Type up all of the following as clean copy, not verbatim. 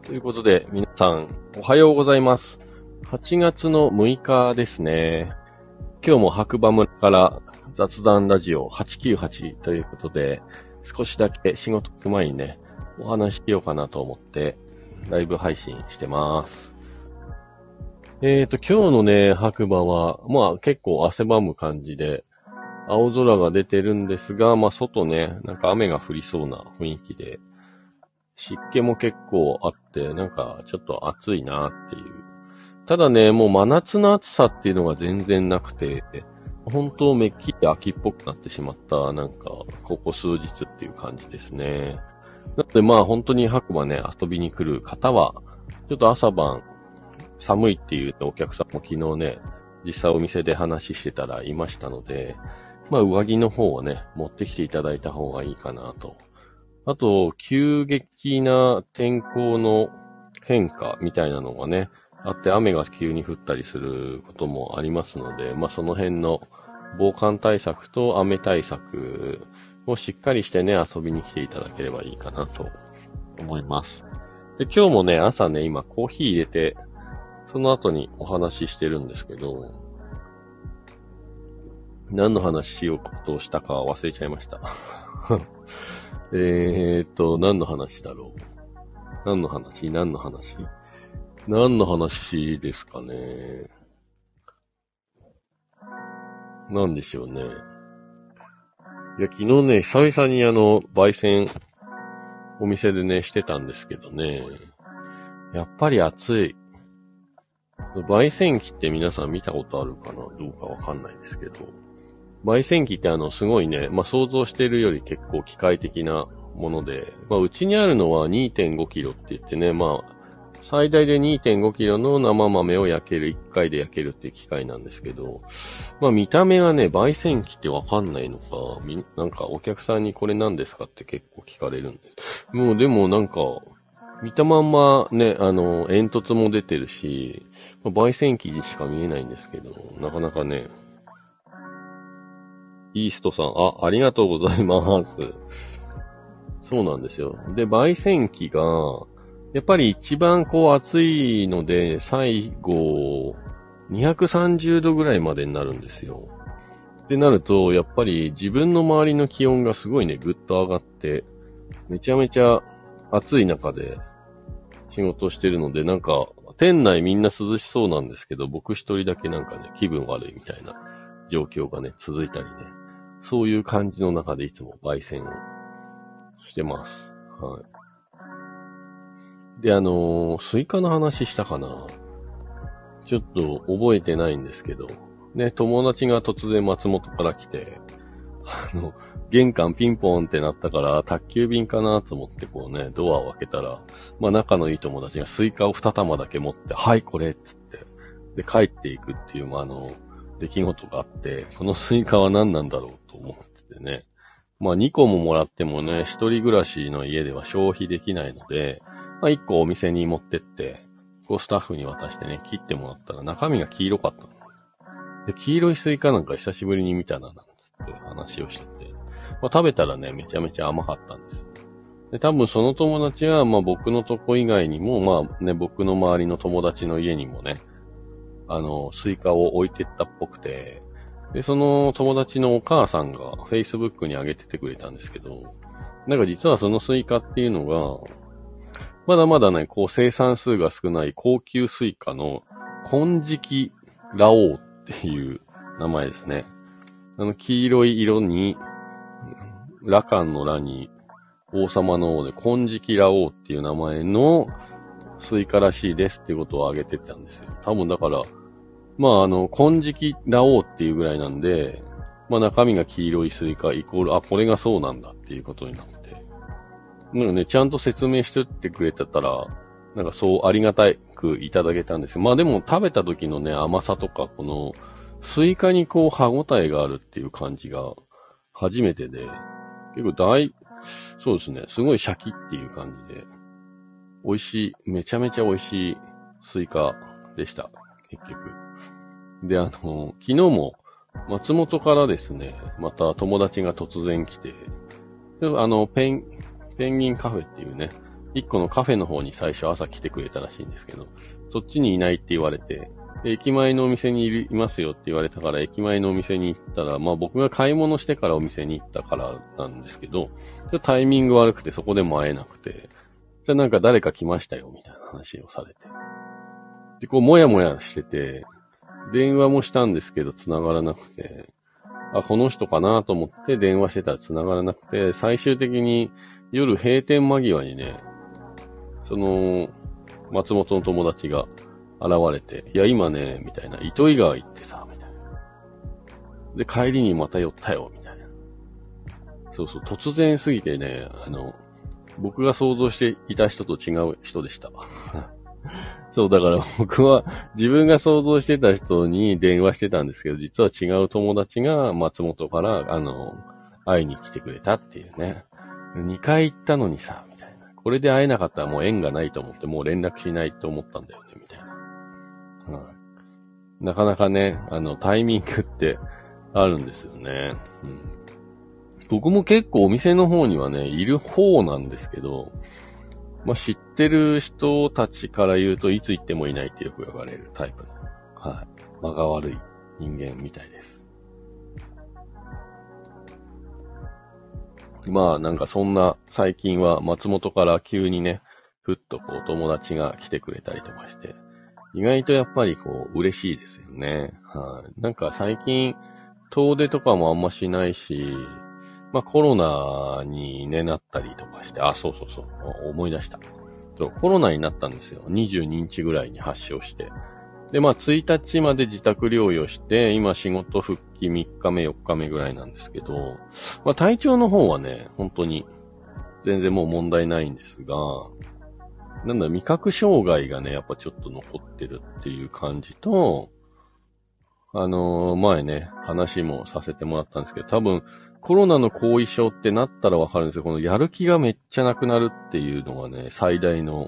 ということで、皆さん、おはようございます。8月の6日ですね。今日も白馬村から雑談ラジオ898ということで、少しだけ仕事行く前にね、お話ししようかなと思って、ライブ配信してます。今日のね、白馬は、結構汗ばむ感じで、青空が出てるんですが、外ね、なんか雨が降りそうな雰囲気で、湿気も結構あって、なんかちょっと暑いなっていう。ただね、もう真夏の暑さっていうのが全然なくて、本当めっきり秋っぽくなってしまった、なんか、ここ数日っていう感じですね。なので本当に白馬ね、遊びに来る方は、ちょっと朝晩寒いっていうお客さんも昨日ね、実際お店で話してたらいましたので、上着の方をね、持ってきていただいた方がいいかなと。あと、急激な天候の変化みたいなのがね、あって雨が急に降ったりすることもありますので、その辺の防寒対策と雨対策をしっかりしてね、遊びに来ていただければいいかなと思います。で、今日もね、朝ね、今コーヒー入れて、その後にお話ししてるんですけど、何の話しようとしたか忘れちゃいました。何の話だろう。何の話ですかね。なんでしょうね。いや、昨日ね、久々に焙煎、お店でね、してたんですけどね。やっぱり暑い。焙煎機って皆さん見たことあるかなどうかわかんないですけど。焙煎機ってすごいね、想像しているより結構機械的なもので、うちにあるのは 2.5 キロって言ってね、最大で 2.5 キロの生豆を焼ける、1回で焼けるっていう機械なんですけど、見た目がね、焙煙機ってわかんないのか、なんかお客さんにこれ何ですかって結構聞かれるんで。もうでもなんか、見たまんまね、煙突も出てるし、焙煎機にしか見えないんですけど、なかなかね、イーストさん、ありがとうございます。そうなんですよ。で、焙煎機が、やっぱり一番暑いので、最後、230度ぐらいまでになるんですよ。ってなると、やっぱり自分の周りの気温がすごいね、ぐっと上がって、めちゃめちゃ暑い中で仕事をしてるので、なんか、店内みんな涼しそうなんですけど、僕一人だけなんかね、気分悪いみたいな状況がね、続いたりね。そういう感じの中でいつも焙煎をしてます。はい。で、スイカの話したかな？ちょっと覚えてないんですけど、ね、友達が突然松本から来て、玄関ピンポンってなったから、宅急便かなと思ってこうね、ドアを開けたら、仲のいい友達がスイカを2玉だけ持って、はい、これっつって、で、帰っていくっていう、出来事があって、このスイカは何なんだろうと思っててね。2個ももらってもね、一人暮らしの家では消費できないので、1個お店に持ってって、スタッフに渡してね、切ってもらったら中身が黄色かったの。で、黄色いスイカなんか久しぶりに見たな、なんつって話をしてて。食べたらね、めちゃめちゃ甘かったんですよ。で、多分その友達は、僕のとこ以外にも、僕の周りの友達の家にもね、スイカを置いてったっぽくて、で、その友達のお母さんが Facebook に上げててくれたんですけど、なんか実はそのスイカっていうのが、まだまだね、生産数が少ない高級スイカの金色ラオウっていう名前ですね。黄色い色に、羅漢の羅に王様の王で金色ラオウっていう名前のスイカらしいですっていうことを挙げてたんですよ。多分だから、金色ラオウっていうぐらいなんで、中身が黄色いスイカイコール、これがそうなんだっていうことになって。なんかね、ちゃんと説明してってくれてたら、なんかそうありがたくいただけたんですよ。でも食べた時のね、甘さとか、この、スイカに歯応えがあるっていう感じが初めてで、結構そうですね、すごいシャキっていう感じで、美味しい、めちゃめちゃ美味しいスイカでした、結局。で、昨日も松本からですね、また友達が突然来て、ペンギンカフェっていうね、 一個のカフェの方に最初朝来てくれたらしいんですけど、そっちにいないって言われて、で駅前のお店にいますよって言われたから、駅前のお店に行ったら、まあ僕が買い物してからお店に行ったからなんですけど、ちょっとタイミング悪くてそこでも会えなくて、じゃあなんか誰か来ましたよみたいな話をされて。で、こうもやもやしてて、電話もしたんですけど繋がらなくて、あ、この人かなと思って電話してたら繋がらなくて、最終的に夜閉店間際にね、その、松本の友達が現れて、いや今ね、みたいな、糸魚川行ってさ、みたいな。で、帰りにまた寄ったよ、みたいな。そうそう、突然すぎてね、僕が想像していた人と違う人でした。そう、だから僕は自分が想像してた人に電話してたんですけど、実は違う友達が松本から、会いに来てくれたっていうね。2回行ったのにさ、みたいな。これで会えなかったらもう縁がないと思って、もう連絡しないと思ったんだよね、みたいな。なかなかね、タイミングってあるんですよね。うん、僕も結構お店の方にはね、いる方なんですけど、まあ、知ってる人たちから言うといつ行ってもいないってよく言われるタイプの、はい。間が悪い人間みたいです。まあなんかそんな最近は松本から急にね、ふっとこう友達が来てくれたりとかして、意外とやっぱりこう嬉しいですよね。はい。なんか最近遠出とかもあんましないし、まあコロナにねなったりとかして、あ、そうそうそう、思い出した。コロナになったんですよ。22日ぐらいに発症して。で、まあ1日まで自宅療養して、今仕事復帰3日目、4日目ぐらいなんですけど、まあ体調の方はね、本当に全然もう問題ないんですが、なんだ、味覚障害がね、やっぱちょっと残ってるっていう感じと、前ね、話もさせてもらったんですけど、多分、コロナの後遺症ってなったらわかるんですよ。このやる気がめっちゃなくなるっていうのがね、最大の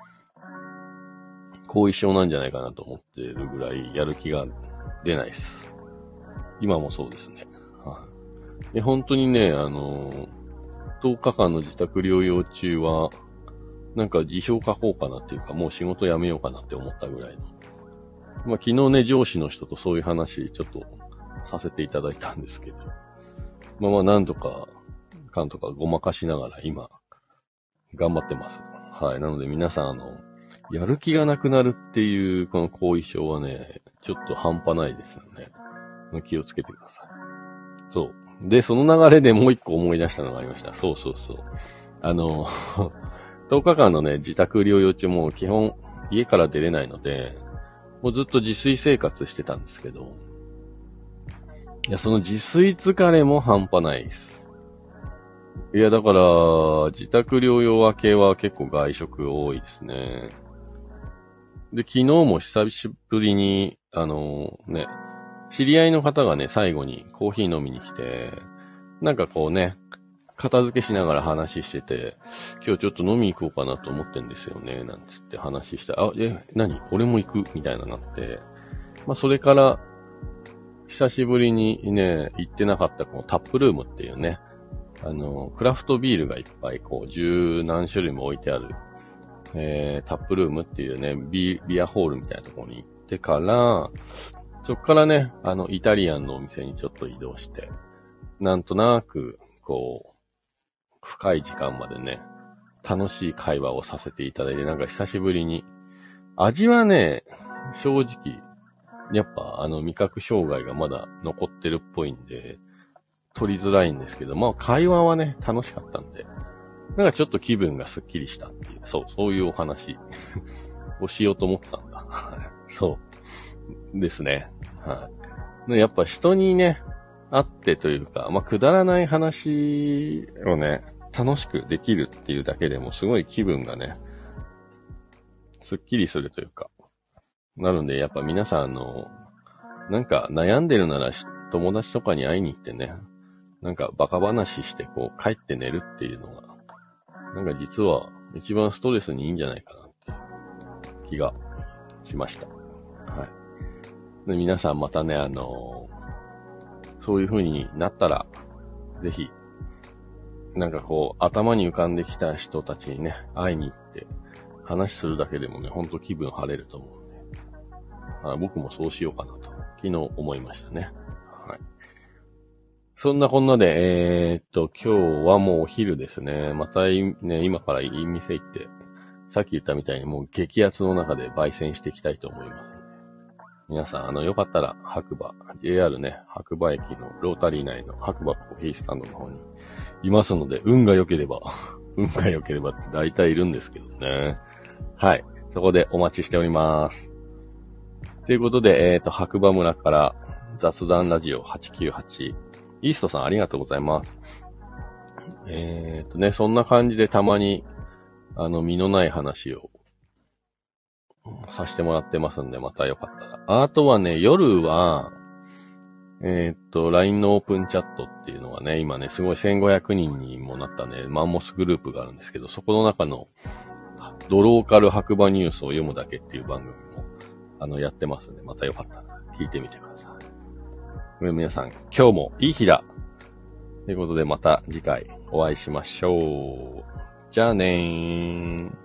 後遺症なんじゃないかなと思ってるぐらい、やる気が出ないです。今もそうですね。はい。で、本当にね、10日間の自宅療養中は、なんか辞表書こうかなっていうか、もう仕事辞めようかなって思ったぐらいの。まあ昨日ね、上司の人とそういう話、ちょっとさせていただいたんですけど。まあなんとか、かんとかごまかしながら今、頑張ってます。はい。なので皆さんやる気がなくなるっていうこの後遺症はね、ちょっと半端ないですよね。気をつけてください。そう。で、その流れでもう一個思い出したのがありました。そうそうそう。10日間のね、自宅療養中も基本家から出れないので、もうずっと自炊生活してたんですけど、いや、その自炊疲れも半端ないです。いや、だから、自宅療養明けは結構外食多いですね。で、昨日も久しぶりに、知り合いの方がね、最後にコーヒー飲みに来て、なんかこうね、片付けしながら話してて、今日ちょっと飲み行こうかなと思ってんですよね、なんつって話したら、何俺も行くみたいななって、まあ、それから、久しぶりにね、行ってなかったこのタップルームっていうね、クラフトビールがいっぱいこう、十何種類も置いてある、タップルームっていうね、ビアホールみたいなところに行ってから、そっからね、イタリアンのお店にちょっと移動して、なんとなく、こう、深い時間までね、楽しい会話をさせていただいて、なんか久しぶりに、味はね、正直、やっぱ味覚障害がまだ残ってるっぽいんで、取りづらいんですけど、まあ会話はね、楽しかったんで、なんかちょっと気分がスッキリしたっていう、そういうお話をしようと思ってたんだ。そうですね。はい。やっぱ人にね、会ってというか、まあくだらない話をね、楽しくできるっていうだけでもすごい気分がね、スッキリするというか、なのでやっぱ皆さんなんか悩んでるなら友達とかに会いに行ってね、なんかバカ話してこう帰って寝るっていうのが、なんか実は一番ストレスにいいんじゃないかなって気がしました。はい。で皆さんまたね、そういう風になったら、ぜひ、 なんかこう、頭に浮かんできた人たちにね、会いに行って、話するだけでもね、ほんと気分晴れると思うんで、僕もそうしようかなと、昨日思いましたね。はい。そんなこんなで、今日はもうお昼ですね。またね、今からいい店行って、さっき言ったみたいにもう激アツの中で焙煎していきたいと思います。皆さん、よかったら白馬、JR ね、白馬駅のロータリー内の白馬コーヒースタンドの方にいますので、運が良ければって大体いるんですけどね。はい。そこでお待ちしております。ということで、白馬村から雑談ラジオ898。イーストさんありがとうございます。そんな感じでたまに、身のない話をさせてもらってますんで、またよかったら。あとはね、夜は、LINE のオープンチャットっていうのがね、今ね、すごい1500人にもなったね、マンモスグループがあるんですけど、そこの中の、ドローカル白馬ニュースを読むだけっていう番組も、やってますんで、またよかったら聞いてみてください。皆さん、今日もいい日だということで、また次回お会いしましょう。じゃあねー。